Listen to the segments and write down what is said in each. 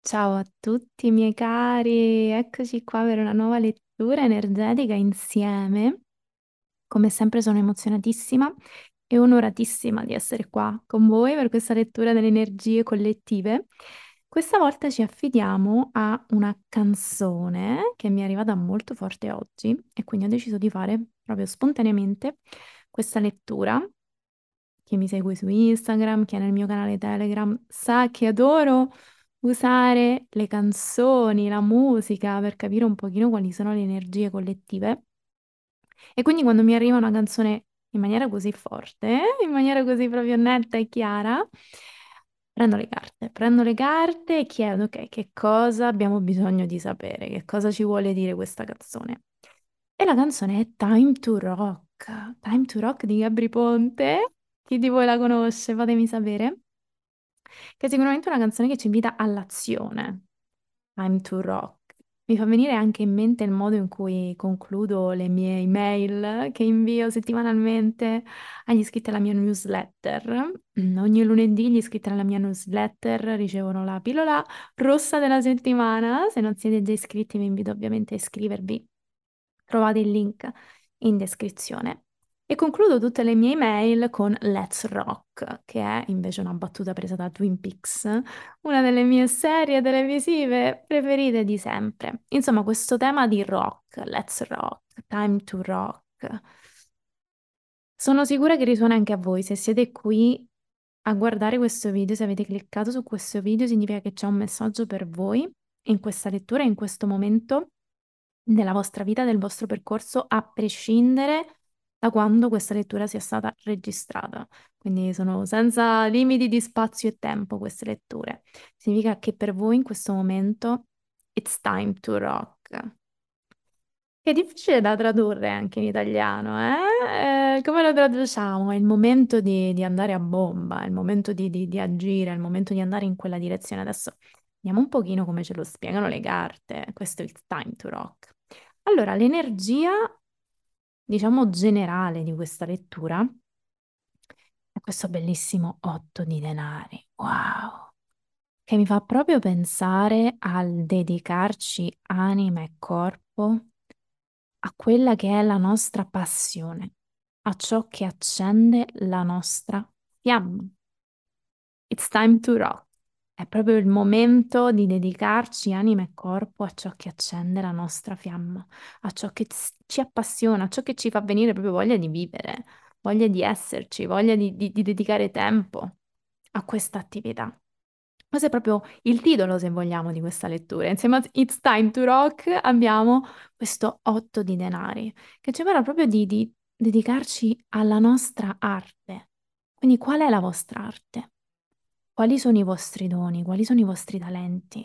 Ciao a tutti miei cari, eccoci qua per una nuova lettura energetica insieme. Come sempre sono emozionatissima e onoratissima di essere qua con voi per questa lettura delle energie collettive. Questa volta ci affidiamo a una canzone che mi è arrivata molto forte oggi e quindi ho deciso di fare proprio spontaneamente questa lettura. Chi mi segue su Instagram, chi è nel mio canale Telegram, sa che adoro usare le canzoni, la musica per capire un pochino quali sono le energie collettive. E quindi quando mi arriva una canzone in maniera così forte, in maniera così proprio netta e chiara, prendo le carte e chiedo, ok, che cosa abbiamo bisogno di sapere, che cosa ci vuole dire questa canzone. E la canzone è Time to Rock di Gabri Ponte. Chi di voi la conosce? Fatemi sapere. Che è sicuramente una canzone che ci invita all'azione. Time to Rock. Mi fa venire anche in mente il modo in cui concludo le mie email che invio settimanalmente agli iscritti alla mia newsletter. Ogni lunedì gli iscritti alla mia newsletter ricevono la pillola rossa della settimana. Se non siete già iscritti, vi invito ovviamente a iscrivervi. Trovate il link in descrizione. E concludo tutte le mie email con Let's Rock, che è invece una battuta presa da Twin Peaks, una delle mie serie televisive preferite di sempre. Insomma, questo tema di rock, Let's Rock, Time to Rock. Sono sicura che risuona anche a voi. Se siete qui a guardare questo video, se avete cliccato su questo video, significa che c'è un messaggio per voi in questa lettura, in questo momento della vostra vita, del vostro percorso, a prescindere da quando questa lettura sia stata registrata. Quindi sono senza limiti di spazio e tempo queste letture. Significa che per voi in questo momento it's time to rock. Che è difficile da tradurre anche in italiano, eh? Come lo traduciamo? È il momento di andare a bomba, è il momento di agire, è il momento di andare in quella direzione. Adesso vediamo un pochino come ce lo spiegano le carte. Questo è il time to rock. Allora, l'energia, diciamo, generale di questa lettura è questo bellissimo 8 di denari. Wow! Che mi fa proprio pensare al dedicarci anima e corpo a quella che è la nostra passione, a ciò che accende la nostra fiamma. It's time to rock. È proprio il momento di dedicarci anima e corpo a ciò che accende la nostra fiamma, a ciò che ci appassiona, a ciò che ci fa venire proprio voglia di vivere, voglia di esserci, voglia di dedicare tempo a questa attività. Questo è proprio il titolo, se vogliamo, di questa lettura. Insieme a It's Time to Rock abbiamo questo 8 di denari, che ci parla proprio di dedicarci alla nostra arte. Quindi qual è la vostra arte? Quali sono i vostri doni? Quali sono i vostri talenti?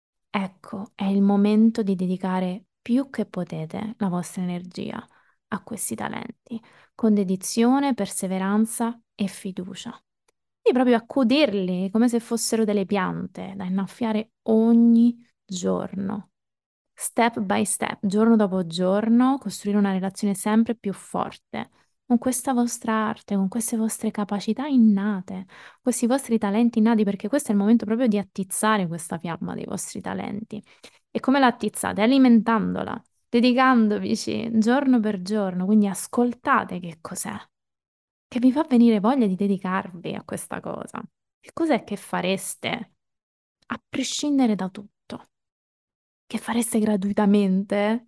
Ecco, è il momento di dedicare più che potete la vostra energia a questi talenti, con dedizione, perseveranza e fiducia. Quindi proprio accudirli come se fossero delle piante da innaffiare ogni giorno, step by step, giorno dopo giorno, costruire una relazione sempre più forte con questa vostra arte, con queste vostre capacità innate, questi vostri talenti innati, perché questo è il momento proprio di attizzare questa fiamma dei vostri talenti. E come la attizzate? Alimentandola, dedicandovici giorno per giorno, quindi ascoltate che cos'è, che vi fa venire voglia di dedicarvi a questa cosa. Che cos'è che fareste a prescindere da tutto? Che fareste gratuitamente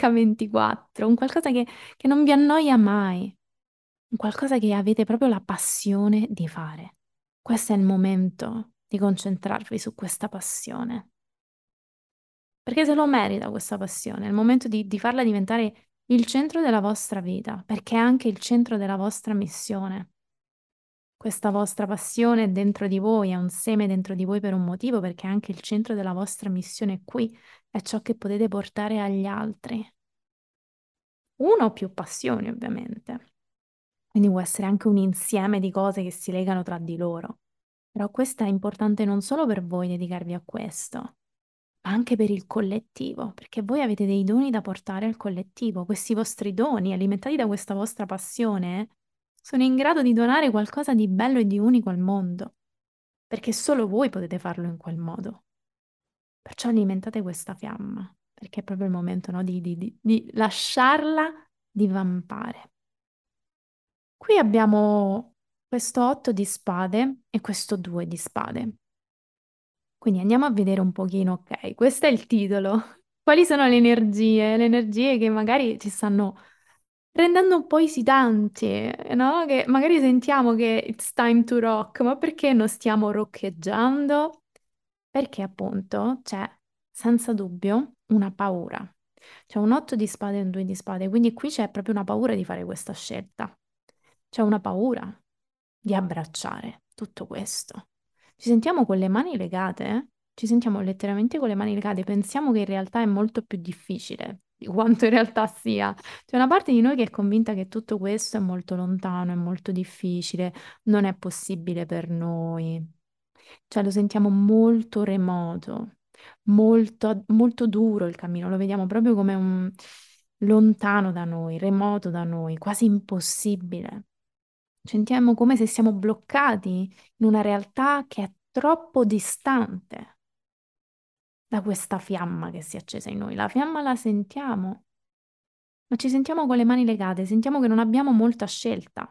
H24, un qualcosa che non vi annoia mai, un qualcosa che avete proprio la passione di fare. Questo è il momento di concentrarvi su questa passione, perché se lo merita questa passione, è il momento di farla diventare il centro della vostra vita, perché è anche il centro della vostra missione. Questa vostra passione è dentro di voi, è un seme dentro di voi per un motivo, perché anche il centro della vostra missione qui è ciò che potete portare agli altri. Una o più passioni, ovviamente. Quindi può essere anche un insieme di cose che si legano tra di loro. Però questo è importante non solo per voi dedicarvi a questo, ma anche per il collettivo, perché voi avete dei doni da portare al collettivo. Questi vostri doni, alimentati da questa vostra passione, sono in grado di donare qualcosa di bello e di unico al mondo, perché solo voi potete farlo in quel modo. perciò alimentate questa fiamma, perché è proprio il momento, no, di lasciarla divampare. Qui abbiamo questo 8 di spade e questo 2 di spade. Quindi andiamo a vedere un pochino, ok, questo è il titolo. Quali sono le energie? Le energie che magari ci stanno rendendo un po' esitanti, no? Che magari sentiamo che it's time to rock, ma perché non stiamo roccheggiando? Perché appunto c'è senza dubbio una paura. C'è un 8 di spade e un 2 di spade, quindi qui c'è proprio una paura di fare questa scelta. C'è una paura di abbracciare tutto questo. Ci sentiamo con le mani legate, eh? Ci sentiamo letteralmente con le mani legate, pensiamo che in realtà è molto più difficile di quanto in realtà sia. C'è una parte di noi che è convinta che tutto questo è molto lontano, è molto difficile, non è possibile per noi. Cioè lo sentiamo molto remoto, molto, molto duro il cammino, lo vediamo proprio come un lontano da noi, remoto da noi, quasi impossibile. Sentiamo come se siamo bloccati in una realtà che è troppo distante da questa fiamma che si è accesa in noi. La fiamma la sentiamo, ma ci sentiamo con le mani legate, sentiamo che non abbiamo molta scelta.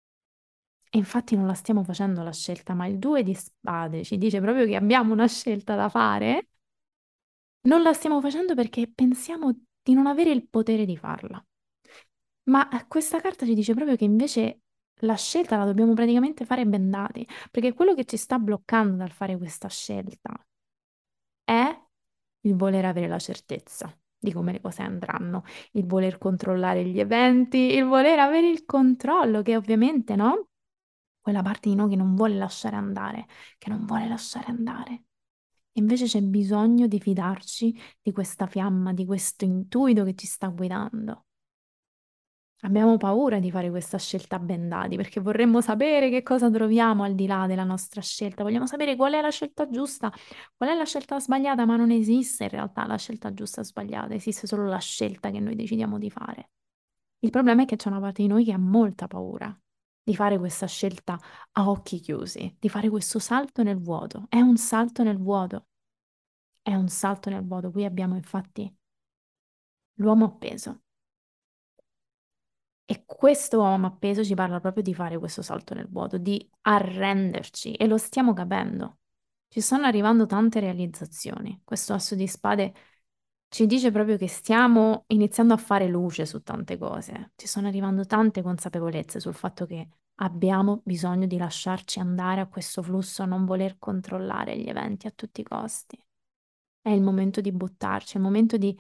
E infatti non la stiamo facendo la scelta, ma il 2 di spade ci dice proprio che abbiamo una scelta da fare. Non la stiamo facendo perché pensiamo di non avere il potere di farla. Ma questa carta ci dice proprio che invece la scelta la dobbiamo praticamente fare bendati, perché quello che ci sta bloccando dal fare questa scelta è il voler avere la certezza di come le cose andranno, il voler controllare gli eventi, il voler avere il controllo, che ovviamente, no? Quella parte di noi che non vuole lasciare andare, che non vuole lasciare andare. Invece c'è bisogno di fidarci di questa fiamma, di questo intuito che ci sta guidando. Abbiamo paura di fare questa scelta bendati perché vorremmo sapere che cosa troviamo al di là della nostra scelta. Vogliamo sapere qual è la scelta giusta, qual è la scelta sbagliata, ma non esiste in realtà la scelta giusta o sbagliata, esiste solo la scelta che noi decidiamo di fare. Il problema è che c'è una parte di noi che ha molta paura di fare questa scelta a occhi chiusi, di fare questo salto nel vuoto. È un salto nel vuoto, è un salto nel vuoto. Qui abbiamo infatti l'uomo appeso. E questo uomo appeso ci parla proprio di fare questo salto nel vuoto, di arrenderci e lo stiamo capendo. Ci stanno arrivando tante realizzazioni. Questo asso di spade ci dice proprio che stiamo iniziando a fare luce su tante cose. Ci sono arrivando tante consapevolezze sul fatto che abbiamo bisogno di lasciarci andare a questo flusso, a non voler controllare gli eventi a tutti i costi. È il momento di buttarci, è il momento di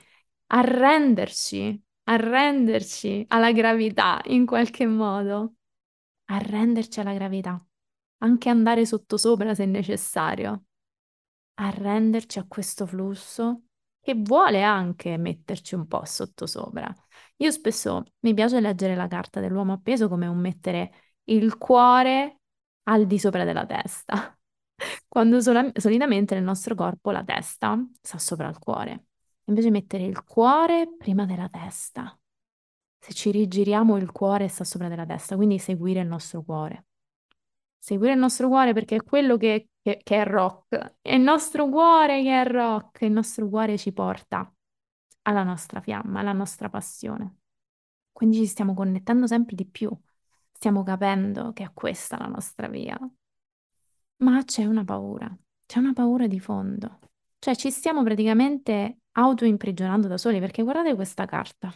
arrenderci alla gravità in qualche modo, arrenderci alla gravità, anche andare sottosopra se necessario, arrenderci a questo flusso che vuole anche metterci un po' sottosopra. Io spesso mi piace leggere la carta dell'uomo appeso come un mettere il cuore al di sopra della testa, quando solitamente nel nostro corpo la testa sta sopra il cuore. Invece mettere il cuore prima della testa. Se ci rigiriamo il cuore sta sopra della testa, quindi seguire il nostro cuore. Seguire il nostro cuore perché è quello che è rock. È il nostro cuore che è rock. Il nostro cuore ci porta alla nostra fiamma, alla nostra passione. Quindi ci stiamo connettendo sempre di più. Stiamo capendo che è questa la nostra via. Ma c'è una paura di fondo. Cioè ci stiamo praticamente auto-imprigionando da soli perché guardate questa carta.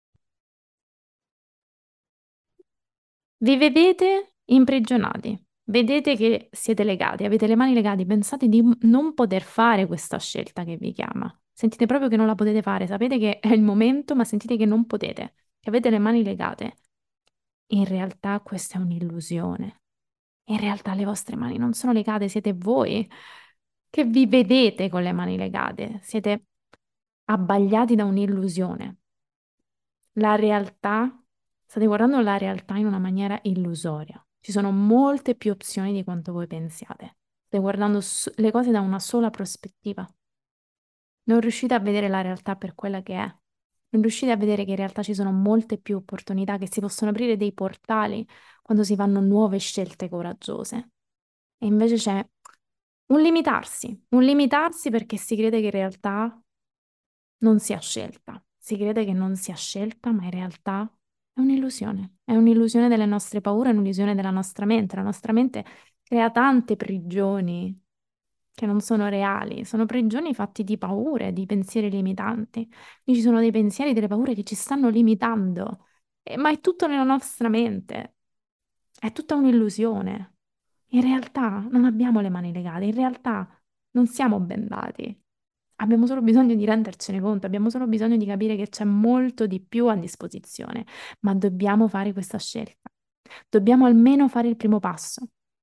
Vi vedete imprigionati, vedete che siete legati, avete le mani legate, pensate di non poter fare questa scelta che vi chiama. Sentite proprio che non la potete fare, sapete che è il momento, ma sentite che non potete, che avete le mani legate. In realtà questa è un'illusione. In realtà le vostre mani non sono legate, siete voi che vi vedete con le mani legate, siete abbagliati da un'illusione. La realtà, state guardando la realtà in una maniera illusoria. Ci sono molte più opzioni di quanto voi pensiate. State guardando le cose da una sola prospettiva. Non riuscite a vedere la realtà per quella che è. Non riuscite a vedere che in realtà ci sono molte più opportunità, che si possono aprire dei portali quando si fanno nuove scelte coraggiose. E invece c'è Un limitarsi perché si crede che in realtà non sia scelta. Si crede che non sia scelta, ma in realtà è un'illusione. È un'illusione delle nostre paure, è un'illusione della nostra mente. La nostra mente crea tante prigioni che non sono reali, sono prigioni fatti di paure, di pensieri limitanti. Quindi ci sono dei pensieri, delle paure che ci stanno limitando. Ma è tutto nella nostra mente. È tutta un'illusione. In realtà non abbiamo le mani legate, in realtà non siamo bendati. Abbiamo solo bisogno di rendercene conto, abbiamo solo bisogno di capire che c'è molto di più a disposizione, ma dobbiamo fare questa scelta. Dobbiamo almeno fare il primo passo,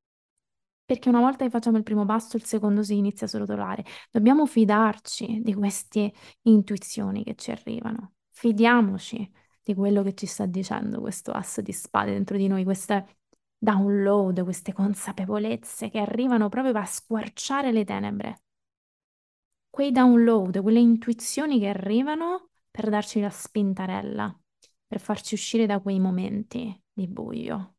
perché una volta che facciamo il primo passo, il secondo si inizia a rotolare. Dobbiamo fidarci di queste intuizioni che ci arrivano. Fidiamoci di quello che ci sta dicendo questo asso di spade dentro di noi, queste download, queste consapevolezze che arrivano proprio a squarciare le tenebre. Quei download, quelle intuizioni che arrivano per darci la spintarella, per farci uscire da quei momenti di buio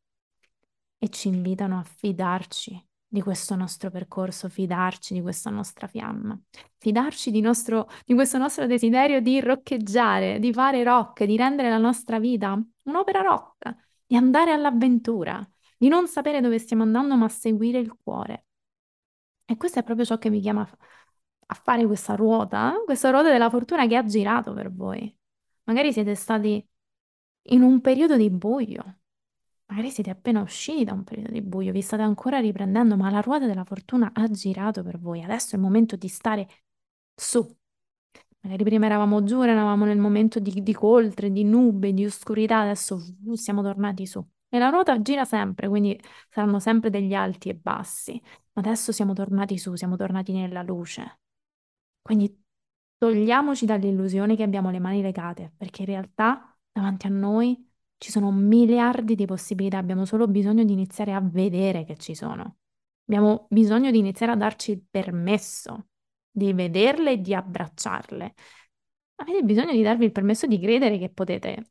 e ci invitano a fidarci di questo nostro percorso, fidarci di questa nostra fiamma, fidarci di questo nostro desiderio di roccheggiare, di fare rock, di rendere la nostra vita un'opera rock, di andare all'avventura, di non sapere dove stiamo andando, ma seguire il cuore. E questo è proprio ciò che vi chiama a fare questa ruota della fortuna che ha girato per voi. Magari siete stati in un periodo di buio, magari siete appena usciti da un periodo di buio, vi state ancora riprendendo, ma la ruota della fortuna ha girato per voi. Adesso è il momento di stare su. Magari prima eravamo giù, eravamo nel momento di coltre, di nube, di oscurità, adesso siamo tornati su. E la ruota gira sempre, quindi saranno sempre degli alti e bassi. Ma adesso siamo tornati su, siamo tornati nella luce. Quindi togliamoci dall'illusione che abbiamo le mani legate, perché in realtà davanti a noi ci sono miliardi di possibilità, abbiamo solo bisogno di iniziare a vedere che ci sono. Abbiamo bisogno di iniziare a darci il permesso di vederle e di abbracciarle. Avete bisogno di darvi il permesso di credere che potete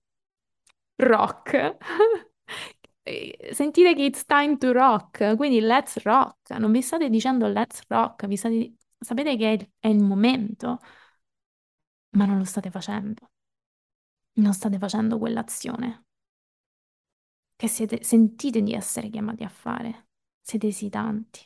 rock. Sentite che it's time to rock, quindi let's rock. Non vi state dicendo let's rock, sapete che è il momento, ma non lo state facendo. Non state facendo quell'azione che sentite di essere chiamati a fare. Siete esitanti.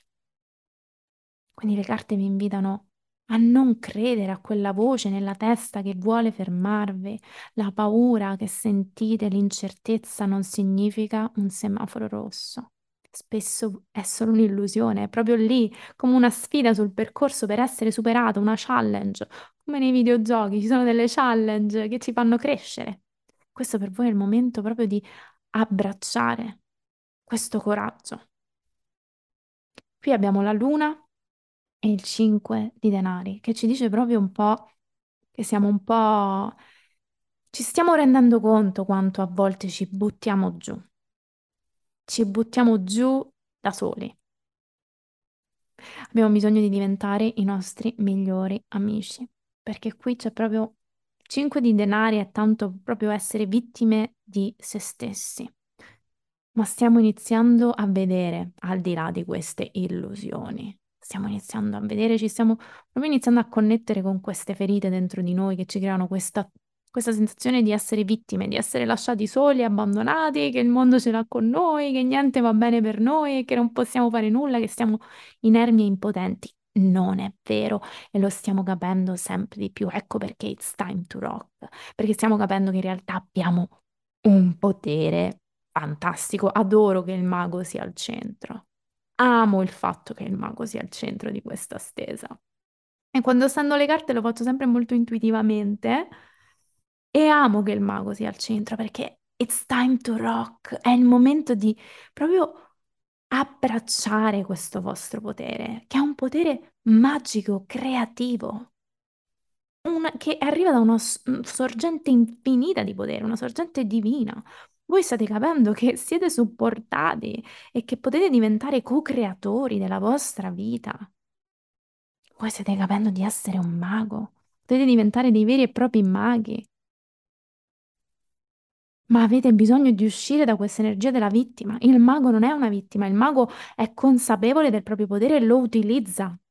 Quindi le carte vi invitano a non credere a quella voce nella testa che vuole fermarvi. La paura che sentite, l'incertezza non significa un semaforo rosso. Spesso è solo un'illusione, è proprio lì, come una sfida sul percorso per essere superato, una challenge. Come nei videogiochi, ci sono delle challenge che ci fanno crescere. Questo per voi è il momento proprio di abbracciare questo coraggio. Qui abbiamo la luna e il 5 di denari, che ci dice proprio un po' che siamo un po'... ci stiamo rendendo conto quanto a volte ci buttiamo giù da soli. Abbiamo bisogno di diventare i nostri migliori amici, perché qui c'è proprio 5 di denari, è tanto proprio essere vittime di se stessi. Ma stiamo iniziando a vedere, al di là di queste illusioni, stiamo iniziando a vedere, ci stiamo proprio iniziando a connettere con queste ferite dentro di noi che ci creano questa sensazione di essere vittime, di essere lasciati soli, abbandonati, che il mondo ce l'ha con noi, che niente va bene per noi e che non possiamo fare nulla, che siamo inermi e impotenti. Non è vero e lo stiamo capendo sempre di più. Ecco perché it's time to rock, perché stiamo capendo che in realtà abbiamo un potere fantastico. Adoro che il mago sia al centro. Amo il fatto che il mago sia al centro di questa stesa. E quando stendo le carte lo faccio sempre molto intuitivamente e amo che il mago sia al centro perché it's time to rock. È il momento di proprio abbracciare questo vostro potere, che è un potere magico, creativo che arriva da una sorgente infinita di potere, una sorgente divina. Voi state capendo che siete supportati e che potete diventare co-creatori della vostra vita. Voi state capendo di essere un mago. Potete diventare dei veri e propri maghi. Ma avete bisogno di uscire da questa energia della vittima. Il mago non è una vittima, il mago è consapevole del proprio potere e lo utilizza.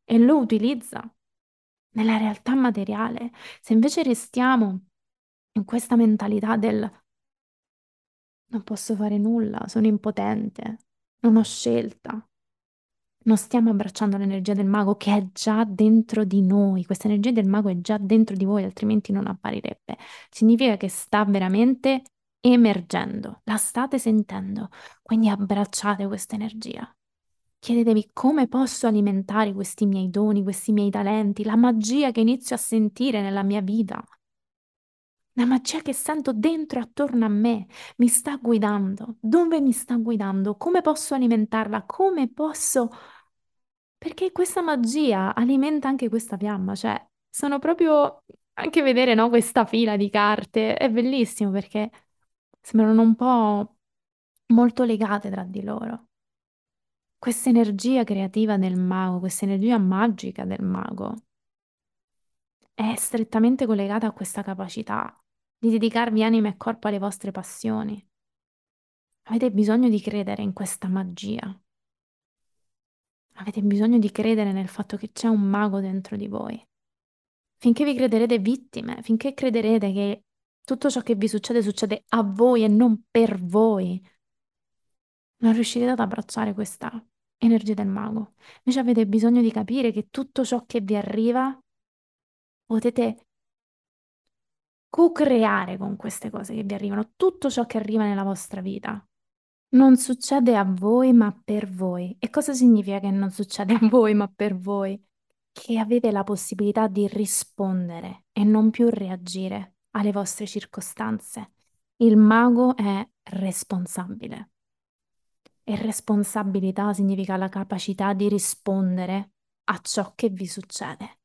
e lo utilizza nella realtà materiale. Se invece restiamo in questa mentalità del non posso fare nulla, sono impotente, non ho scelta. Non stiamo abbracciando l'energia del mago che è già dentro di noi. Questa energia del mago è già dentro di voi, altrimenti non apparirebbe. Significa che sta veramente emergendo, la state sentendo. Quindi abbracciate questa energia. Chiedetevi come posso alimentare questi miei doni, questi miei talenti, la magia che inizio a sentire nella mia vita. La magia che sento dentro e attorno a me mi sta guidando. Dove mi sta guidando? Come posso alimentarla? Come posso... Perché questa magia alimenta anche questa fiamma, cioè sono proprio... Anche vedere, no, questa fila di carte è bellissimo perché sembrano un po' molto legate tra di loro. Questa energia creativa del mago, questa energia magica del mago è strettamente collegata a questa capacità di dedicarvi anima e corpo alle vostre passioni. Avete bisogno di credere in questa magia. Avete bisogno di credere nel fatto che c'è un mago dentro di voi. Finché vi crederete vittime, finché crederete che tutto ciò che vi succede succede a voi e non per voi, non riuscirete ad abbracciare questa energia del mago. Invece avete bisogno di capire che tutto ciò che vi arriva potete co-creare con queste cose che vi arrivano, tutto ciò che arriva nella vostra vita. Non succede a voi, ma per voi. E cosa significa che non succede a voi, ma per voi? Che avete la possibilità di rispondere e non più reagire alle vostre circostanze. Il mago è responsabile e responsabilità significa la capacità di rispondere a ciò che vi succede.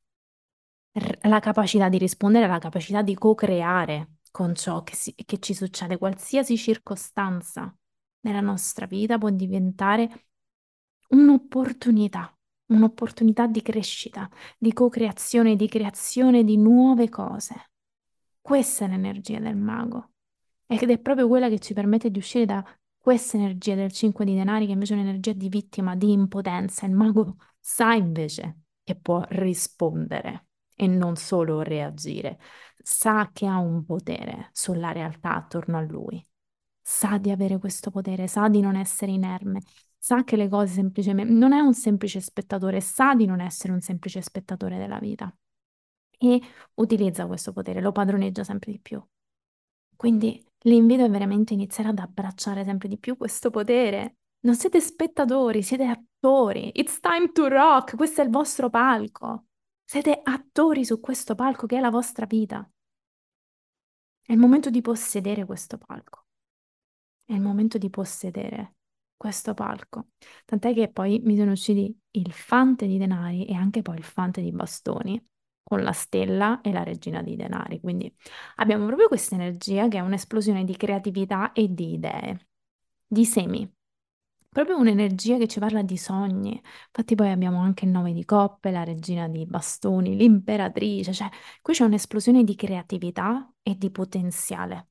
La capacità di rispondere è la capacità di co-creare con ciò che ci succede, qualsiasi circostanza nella nostra vita può diventare un'opportunità, un'opportunità di crescita, di co-creazione, di creazione di nuove cose. Questa è l'energia del mago ed è proprio quella che ci permette di uscire da questa energia del 5 di denari, che invece è un'energia di vittima, di impotenza. Il mago sa invece che può rispondere e non solo reagire, sa che ha un potere sulla realtà attorno a lui, sa di avere questo potere, sa di non essere inerme, sa che le cose semplicemente non è un semplice spettatore, sa di non essere un semplice spettatore della vita e utilizza questo potere, lo padroneggia sempre di più. Quindi l'invito è veramente iniziare ad abbracciare sempre di più questo potere. Non siete spettatori, siete attori. It's time to rock, questo è il vostro palco. Siete attori su questo palco che è la vostra vita. È il momento di possedere questo palco. È il momento di possedere questo palco. Tant'è che poi mi sono usciti il fante di denari e anche poi il fante di bastoni con la stella e la regina di denari. Quindi abbiamo proprio questa energia che è un'esplosione di creatività e di idee, di semi. Proprio un'energia che ci parla di sogni. Infatti poi abbiamo anche il nove di coppe, la regina di bastoni, l'imperatrice, cioè qui c'è un'esplosione di creatività e di potenziale,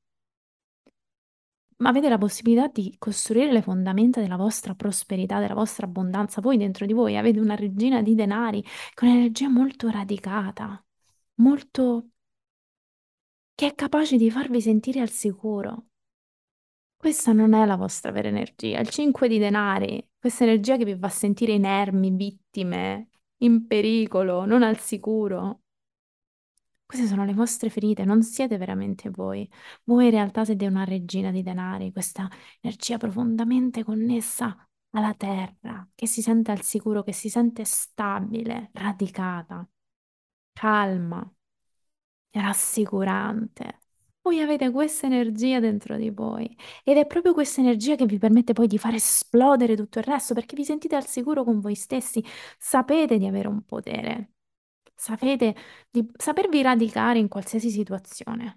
ma avete la possibilità di costruire le fondamenta della vostra prosperità, della vostra abbondanza. Voi dentro di voi avete una regina di denari con un'energia molto radicata, molto che è capace di farvi sentire al sicuro. Questa non è la vostra vera energia. Il 5 di denari, questa energia che vi fa sentire inermi, vittime, in pericolo, non al sicuro. Queste sono le vostre ferite, non siete veramente voi. Voi in realtà siete una regina di denari, questa energia profondamente connessa alla terra, che si sente al sicuro, che si sente stabile, radicata, calma, rassicurante. Voi avete questa energia dentro di voi ed è proprio questa energia che vi permette poi di far esplodere tutto il resto perché vi sentite al sicuro con voi stessi, sapete di avere un potere, sapete di sapervi radicare in qualsiasi situazione,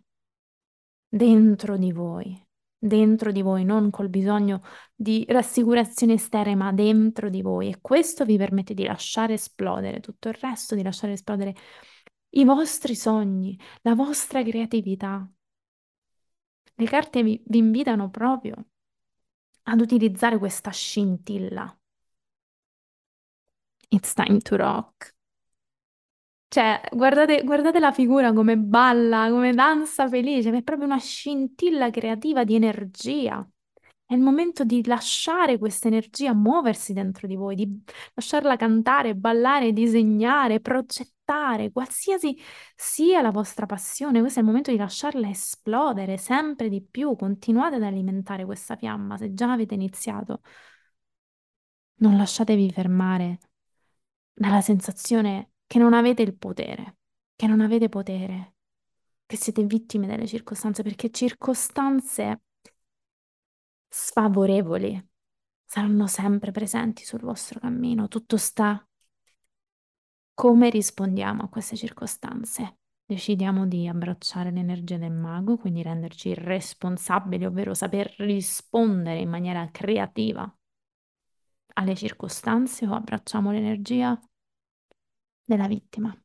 dentro di voi, non col bisogno di rassicurazione esterna, ma dentro di voi. E questo vi permette di lasciare esplodere tutto il resto, di lasciare esplodere i vostri sogni, la vostra creatività. Le carte vi invitano proprio ad utilizzare questa scintilla It's time to rock. Cioè, guardate la figura come balla, come danza felice, è proprio una scintilla creativa di energia. È il momento di lasciare questa energia muoversi dentro di voi, di lasciarla cantare, ballare, disegnare, progettare, qualsiasi sia la vostra passione. Questo è il momento di lasciarla esplodere sempre di più. Continuate ad alimentare questa fiamma se già avete iniziato. Non lasciatevi fermare dalla sensazione che non avete il potere, che non avete potere, che siete vittime delle circostanze, perché circostanze sfavorevoli saranno sempre presenti sul vostro cammino. Tutto sta come rispondiamo a queste circostanze. Decidiamo di abbracciare l'energia del mago, quindi renderci responsabili, ovvero saper rispondere in maniera creativa alle circostanze, o abbracciamo l'energia della vittima.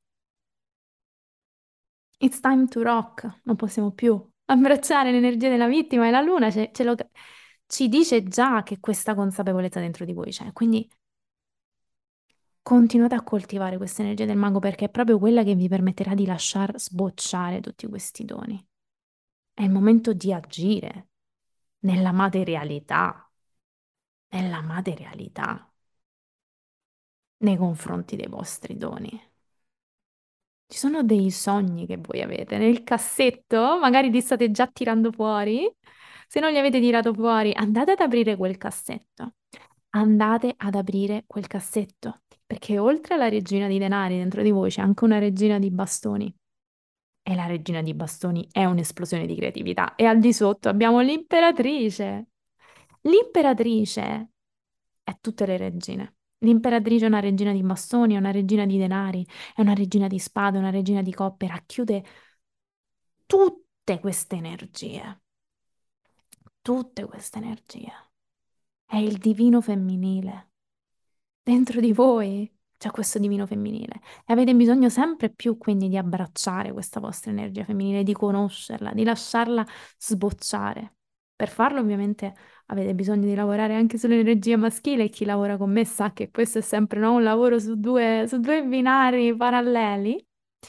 It's time to rock, non possiamo più abbracciare l'energia della vittima e la luna ci dice già che questa consapevolezza dentro di voi c'è, quindi continuate a coltivare questa energia del mago perché è proprio quella che vi permetterà di lasciar sbocciare tutti questi doni. È il momento di agire nella materialità, nella materialità, nei confronti dei vostri doni. Ci sono dei sogni che voi avete nel cassetto, magari li state già tirando fuori. Se non li avete tirato fuori, andate ad aprire quel cassetto. Andate ad aprire quel cassetto, perché oltre alla regina di denari dentro di voi c'è anche una regina di bastoni. E la regina di bastoni è un'esplosione di creatività. E al di sotto abbiamo l'imperatrice. L'imperatrice è tutte le regine. L'imperatrice è una regina di bastoni, è una regina di denari, è una regina di spade, è una regina di coppe, racchiude tutte queste energie. Tutte queste energie. È il divino femminile. Dentro di voi c'è questo divino femminile e avete bisogno sempre più quindi di abbracciare questa vostra energia femminile, di conoscerla, di lasciarla sbocciare. Per farlo ovviamente avete bisogno di lavorare anche sull'energia maschile e chi lavora con me sa che questo è sempre no, un lavoro su due binari paralleli,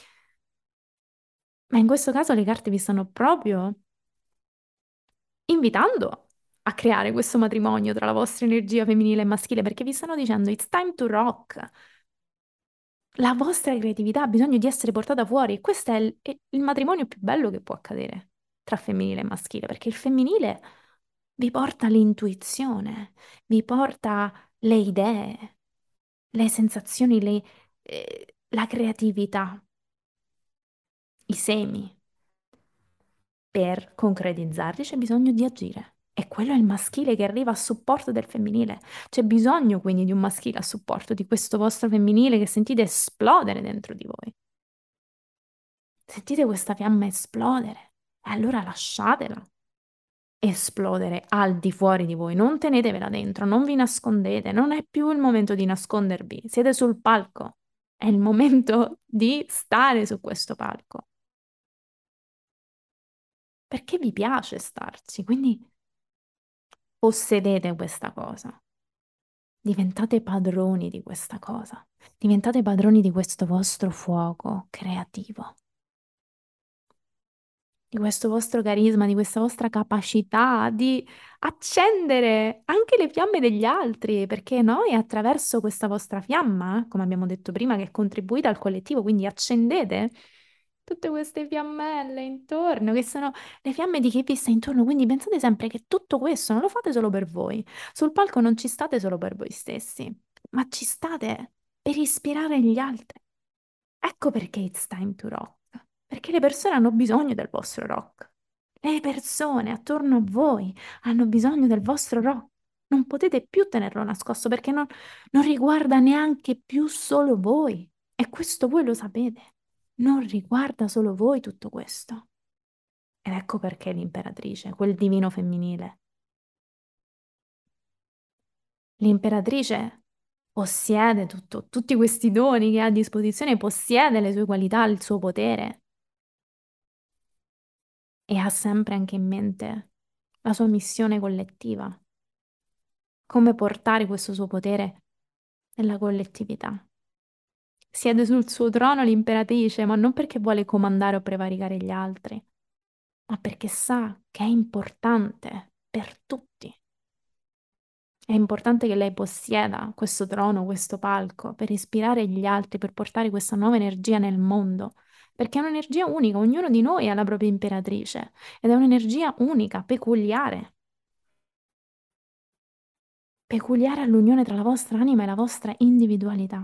ma in questo caso le carte vi stanno proprio invitando a creare questo matrimonio tra la vostra energia femminile e maschile perché vi stanno dicendo it's time to rock. La vostra creatività ha bisogno di essere portata fuori. E questo è il matrimonio più bello che può accadere tra femminile e maschile, perché il femminile vi porta l'intuizione, vi porta le idee, le sensazioni, la creatività, i semi. Per concretizzarli c'è bisogno di agire. E quello è il maschile che arriva a supporto del femminile. C'è bisogno quindi di un maschile a supporto di questo vostro femminile che sentite esplodere dentro di voi. Sentite questa fiamma esplodere e allora lasciatela esplodere al di fuori di voi, non tenetevela dentro, non vi nascondete, non è più il momento di nascondervi, siete sul palco, è il momento di stare su questo palco, perché vi piace starci, quindi possedete questa cosa, diventate padroni di questa cosa, diventate padroni di questo vostro fuoco creativo. Di questo vostro carisma, di questa vostra capacità di accendere anche le fiamme degli altri, perché noi attraverso questa vostra fiamma, come abbiamo detto prima, che contribuite al collettivo, quindi accendete tutte queste fiammelle intorno, che sono le fiamme di chi vi sta intorno, quindi pensate sempre che tutto questo non lo fate solo per voi, sul palco non ci state solo per voi stessi, ma ci state per ispirare gli altri. Ecco perché it's time to rock. Perché le persone hanno bisogno del vostro rock. Le persone attorno a voi hanno bisogno del vostro rock. Non potete più tenerlo nascosto perché non riguarda neanche più solo voi. E questo voi lo sapete. Non riguarda solo voi tutto questo. Ed ecco perché l'imperatrice, quel divino femminile. L'imperatrice possiede tutti questi doni che ha a disposizione, possiede le sue qualità, il suo potere. E ha sempre anche in mente la sua missione collettiva, come portare questo suo potere è la collettività. Siede sul suo trono l'imperatrice, ma non perché vuole comandare o prevaricare gli altri, ma perché sa che è importante per tutti. È importante che lei possieda questo trono, questo palco, per ispirare gli altri, per portare questa nuova energia nel mondo, perché è un'energia unica, ognuno di noi ha la propria imperatrice ed è un'energia unica, peculiare, peculiare all'unione tra la vostra anima e la vostra individualità.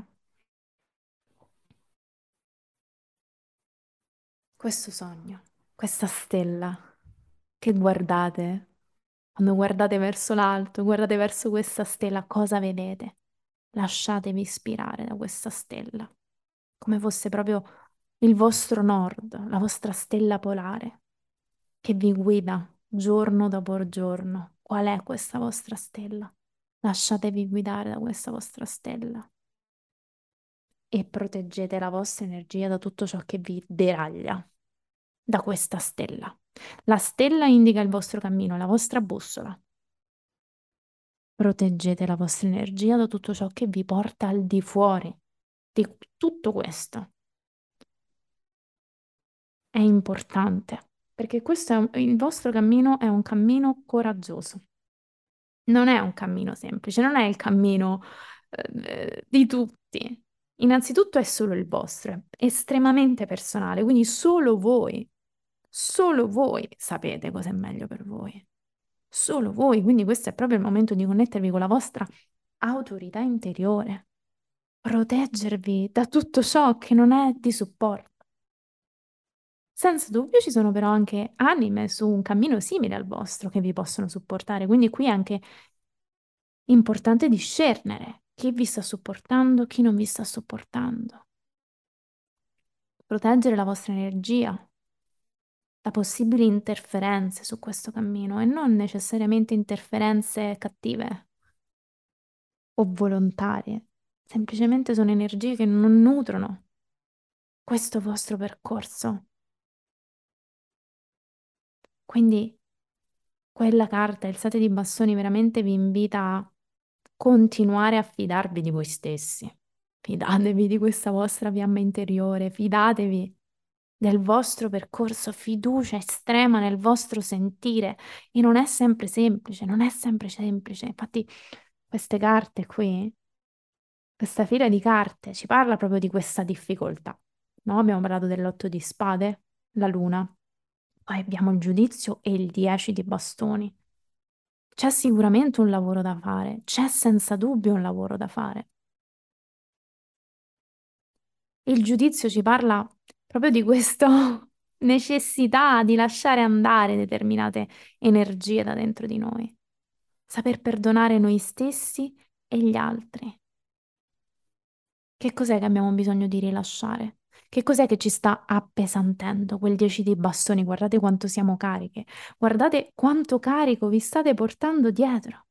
Questo sogno, questa stella che guardate, quando guardate verso l'alto, guardate verso questa stella, cosa vedete? Lasciatevi ispirare da questa stella, come fosse proprio il vostro nord, la vostra stella polare, che vi guida giorno dopo giorno. Qual è questa vostra stella? Lasciatevi guidare da questa vostra stella e proteggete la vostra energia da tutto ciò che vi deraglia da questa stella. La stella indica il vostro cammino, la vostra bussola. Proteggete la vostra energia da tutto ciò che vi porta al di fuori di tutto questo. È importante, perché questo è il vostro cammino è un cammino coraggioso. Non è un cammino semplice, non è il cammino di tutti. Innanzitutto è solo il vostro, è estremamente personale, quindi solo voi sapete cosa è meglio per voi. Solo voi, quindi questo è proprio il momento di connettervi con la vostra autorità interiore, proteggervi da tutto ciò che non è di supporto. Senza dubbio ci sono però anche anime su un cammino simile al vostro che vi possono supportare, quindi qui è anche importante discernere chi vi sta supportando, chi non vi sta supportando. Proteggere la vostra energia da possibili interferenze su questo cammino e non necessariamente interferenze cattive o volontarie, semplicemente sono energie che non nutrono questo vostro percorso. Quindi quella carta, il sette di bastoni, veramente vi invita a continuare a fidarvi di voi stessi. Fidatevi di questa vostra fiamma interiore, fidatevi del vostro percorso, fiducia estrema nel vostro sentire. E non è sempre semplice, non è sempre semplice. Infatti, queste carte qui, questa fila di carte, ci parla proprio di questa difficoltà. No? Abbiamo parlato dell'otto di spade, la luna, poi abbiamo il giudizio e il 10 di bastoni. C'è sicuramente un lavoro da fare, c'è senza dubbio un lavoro da fare. Il giudizio ci parla proprio di questa necessità di lasciare andare determinate energie da dentro di noi, saper perdonare noi stessi e gli altri. Che cos'è che abbiamo bisogno di rilasciare? Che cos'è che ci sta appesantendo? Quel 10 di bastoni, guardate quanto siamo cariche, guardate quanto carico vi state portando dietro.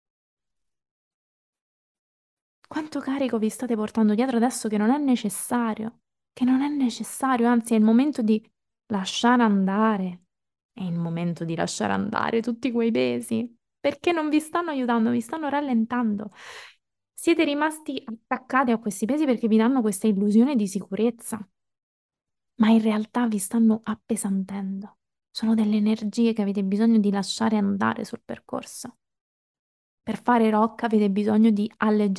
Quanto carico vi state portando dietro adesso che non è necessario, anzi è il momento di lasciare andare, è il momento di lasciare andare tutti quei pesi, perché non vi stanno aiutando, vi stanno rallentando. Siete rimasti attaccati a questi pesi perché vi danno questa illusione di sicurezza, ma in realtà vi stanno appesantendo. Sono delle energie che avete bisogno di lasciare andare sul percorso. Per fare rocca avete bisogno di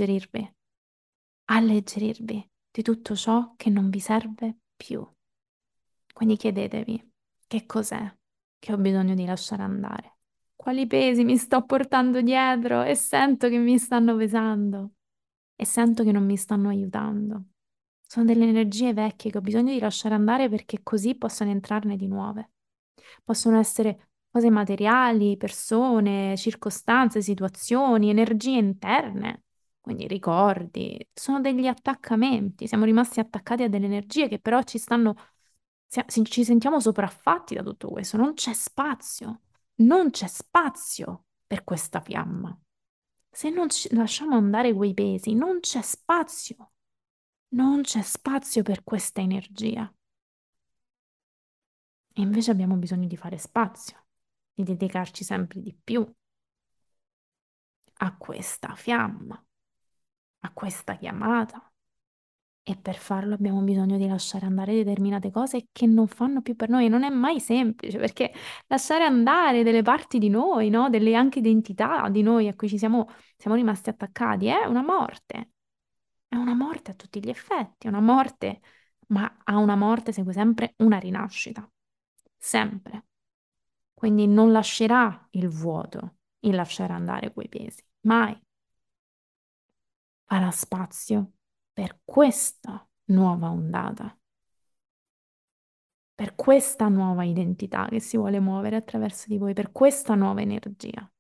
alleggerirvi di tutto ciò che non vi serve più. Quindi chiedetevi che cos'è che ho bisogno di lasciare andare. Quali pesi mi sto portando dietro e sento che mi stanno pesando e sento che non mi stanno aiutando. Sono delle energie vecchie che ho bisogno di lasciare andare perché così possono entrarne di nuove. Possono essere cose materiali, persone, circostanze, situazioni, energie interne, quindi ricordi. Sono degli attaccamenti. Siamo rimasti attaccati a delle energie che però ci stanno, ci sentiamo sopraffatti da tutto questo. Non c'è spazio, non c'è spazio per questa fiamma. Se non ci lasciamo andare quei pesi, non c'è spazio. Non c'è spazio per questa energia. E invece abbiamo bisogno di fare spazio, di dedicarci sempre di più a questa fiamma. a questa chiamata. E per farlo abbiamo bisogno di lasciare andare determinate cose che non fanno più per noi. E non è mai semplice perché lasciare andare delle parti di noi, no? Delle anche identità di noi a cui siamo rimasti attaccati, è una morte. È una morte a tutti gli effetti, è una morte, ma a una morte segue sempre una rinascita. Sempre. Quindi non lascerà il vuoto il lasciare andare quei pesi. Mai farà spazio per questa nuova ondata, per questa nuova identità che si vuole muovere attraverso di voi, per questa nuova energia.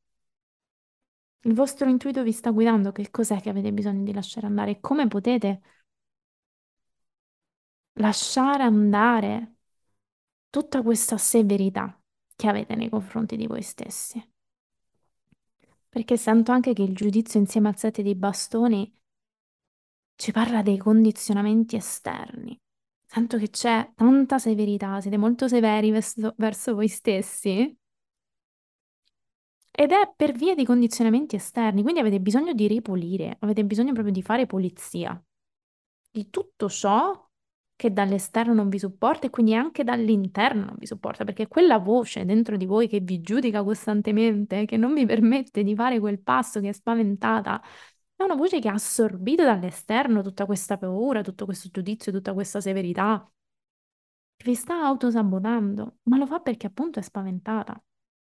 Il vostro intuito vi sta guidando, che cos'è che avete bisogno di lasciare andare e come potete lasciare andare tutta questa severità che avete nei confronti di voi stessi. Perché sento anche che il giudizio insieme al sette di bastoni ci parla dei condizionamenti esterni. Sento che c'è tanta severità, siete molto severi verso voi stessi ed è per via di condizionamenti esterni, quindi avete bisogno di ripulire, avete bisogno proprio di fare pulizia di tutto ciò che dall'esterno non vi supporta e quindi anche dall'interno non vi supporta, perché quella voce dentro di voi che vi giudica costantemente, che non vi permette di fare quel passo, che è spaventata, è una voce che ha assorbito dall'esterno tutta questa paura, tutto questo giudizio, tutta questa severità, che vi sta autosabotando, ma lo fa perché appunto è spaventata.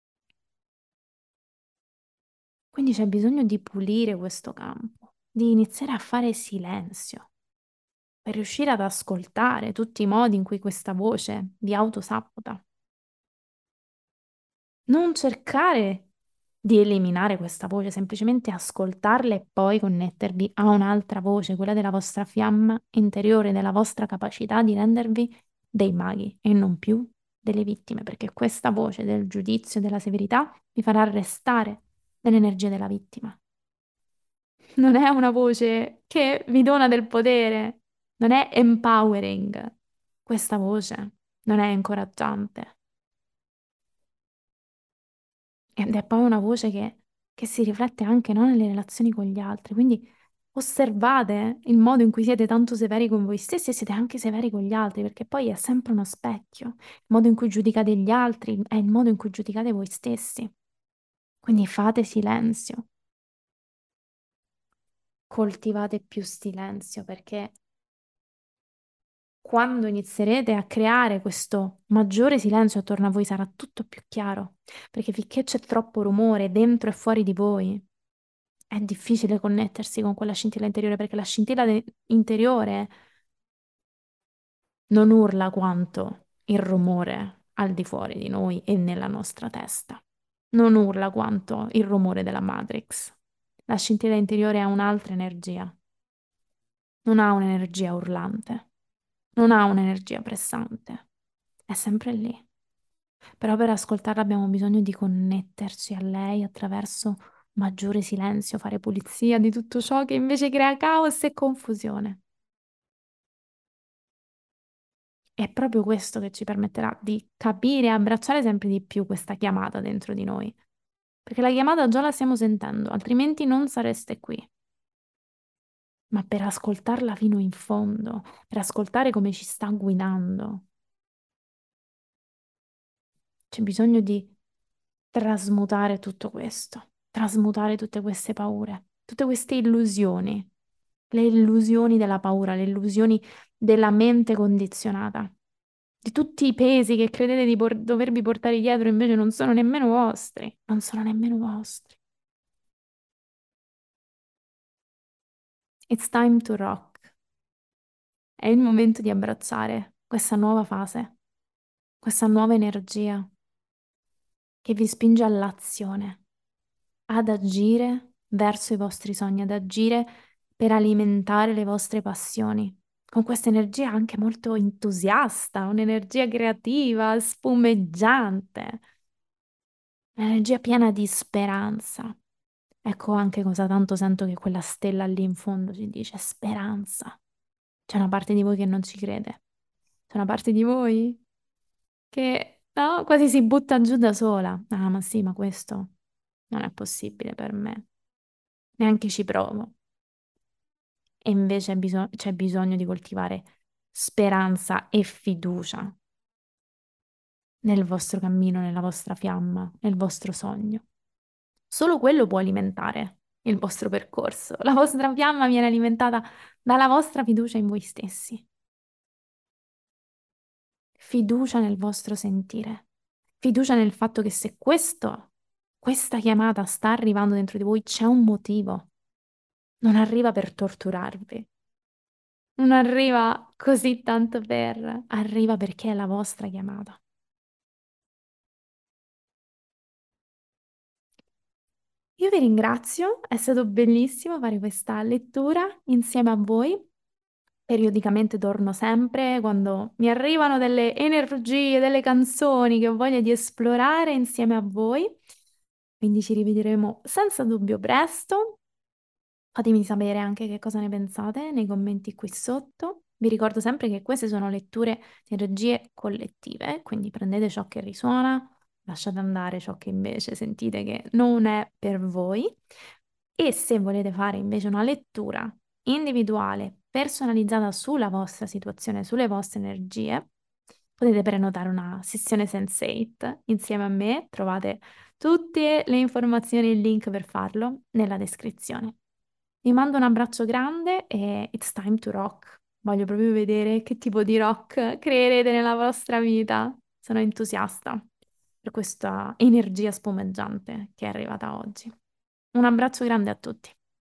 Quindi c'è bisogno di pulire questo campo, di iniziare a fare silenzio per riuscire ad ascoltare tutti i modi in cui questa voce vi autosabota. Non cercare di eliminare questa voce, semplicemente ascoltarla e poi connettervi a un'altra voce, quella della vostra fiamma interiore, della vostra capacità di rendervi dei maghi e non più delle vittime, perché questa voce del giudizio e della severità vi farà restare nell'energia della vittima. Non è una voce che vi dona del potere, non è empowering. Questa voce non è incoraggiante. Ed è poi una voce che si riflette anche, no, nelle relazioni con gli altri. Quindi osservate il modo in cui siete tanto severi con voi stessi e siete anche severi con gli altri, perché poi è sempre uno specchio. Il modo in cui giudicate gli altri è il modo in cui giudicate voi stessi. Quindi fate silenzio, coltivate più silenzio, perché quando inizierete a creare questo maggiore silenzio attorno a voi sarà tutto più chiaro, perché finché c'è troppo rumore dentro e fuori di voi, è difficile connettersi con quella scintilla interiore, perché la scintilla interiore non urla quanto il rumore al di fuori di noi e nella nostra testa. Non urla quanto il rumore della Matrix. La scintilla interiore ha un'altra energia, non ha un'energia urlante, non ha un'energia pressante, è sempre lì. Però per ascoltarla abbiamo bisogno di connetterci a lei attraverso maggiore silenzio, fare pulizia di tutto ciò che invece crea caos e confusione. È proprio questo che ci permetterà di capire e abbracciare sempre di più questa chiamata dentro di noi. Perché la chiamata già la stiamo sentendo, altrimenti non sareste qui. Ma per ascoltarla fino in fondo, per ascoltare come ci sta guidando, c'è bisogno di trasmutare tutto questo, trasmutare tutte queste paure, tutte queste illusioni, le illusioni della paura, le illusioni della mente condizionata, di tutti i pesi che credete di dovervi portare dietro, invece non sono nemmeno vostri, non sono nemmeno vostri. It's time to rock. È il momento di abbracciare questa nuova fase, questa nuova energia che vi spinge all'azione, ad agire verso i vostri sogni, ad agire per alimentare le vostre passioni. Con questa energia anche molto entusiasta, un'energia creativa, spumeggiante, un'energia piena di speranza. Ecco anche cosa tanto sento che quella stella lì in fondo ci dice speranza. C'è una parte di voi che non ci crede. C'è una parte di voi che no, quasi si butta giù da sola. Ah, ma sì, ma questo non è possibile per me. Neanche ci provo. e invece c'è bisogno di coltivare speranza e fiducia nel vostro cammino, nella vostra fiamma, nel vostro sogno. Solo quello può alimentare il vostro percorso. La vostra fiamma viene alimentata dalla vostra fiducia in voi stessi, fiducia nel vostro sentire, fiducia nel fatto che se questa chiamata sta arrivando dentro di voi, c'è un motivo. Non arriva per torturarvi, non arriva così tanto per, arriva perché è la vostra chiamata. Io vi ringrazio, è stato bellissimo fare questa lettura insieme a voi. Periodicamente torno sempre quando mi arrivano delle energie, delle canzoni che ho voglia di esplorare insieme a voi. Quindi ci rivedremo senza dubbio presto. Fatemi sapere anche che cosa ne pensate nei commenti qui sotto. Vi ricordo sempre che queste sono letture di energie collettive, quindi prendete ciò che risuona, lasciate andare ciò che invece sentite che non è per voi. E se volete fare invece una lettura individuale, personalizzata sulla vostra situazione, sulle vostre energie, potete prenotare una sessione Sense8 insieme a me. Trovate tutte le informazioni e il link per farlo nella descrizione. Vi mando un abbraccio grande e it's time to rock. Voglio proprio vedere che tipo di rock creerete nella vostra vita. Sono entusiasta per questa energia spumeggiante che è arrivata oggi. Un abbraccio grande a tutti.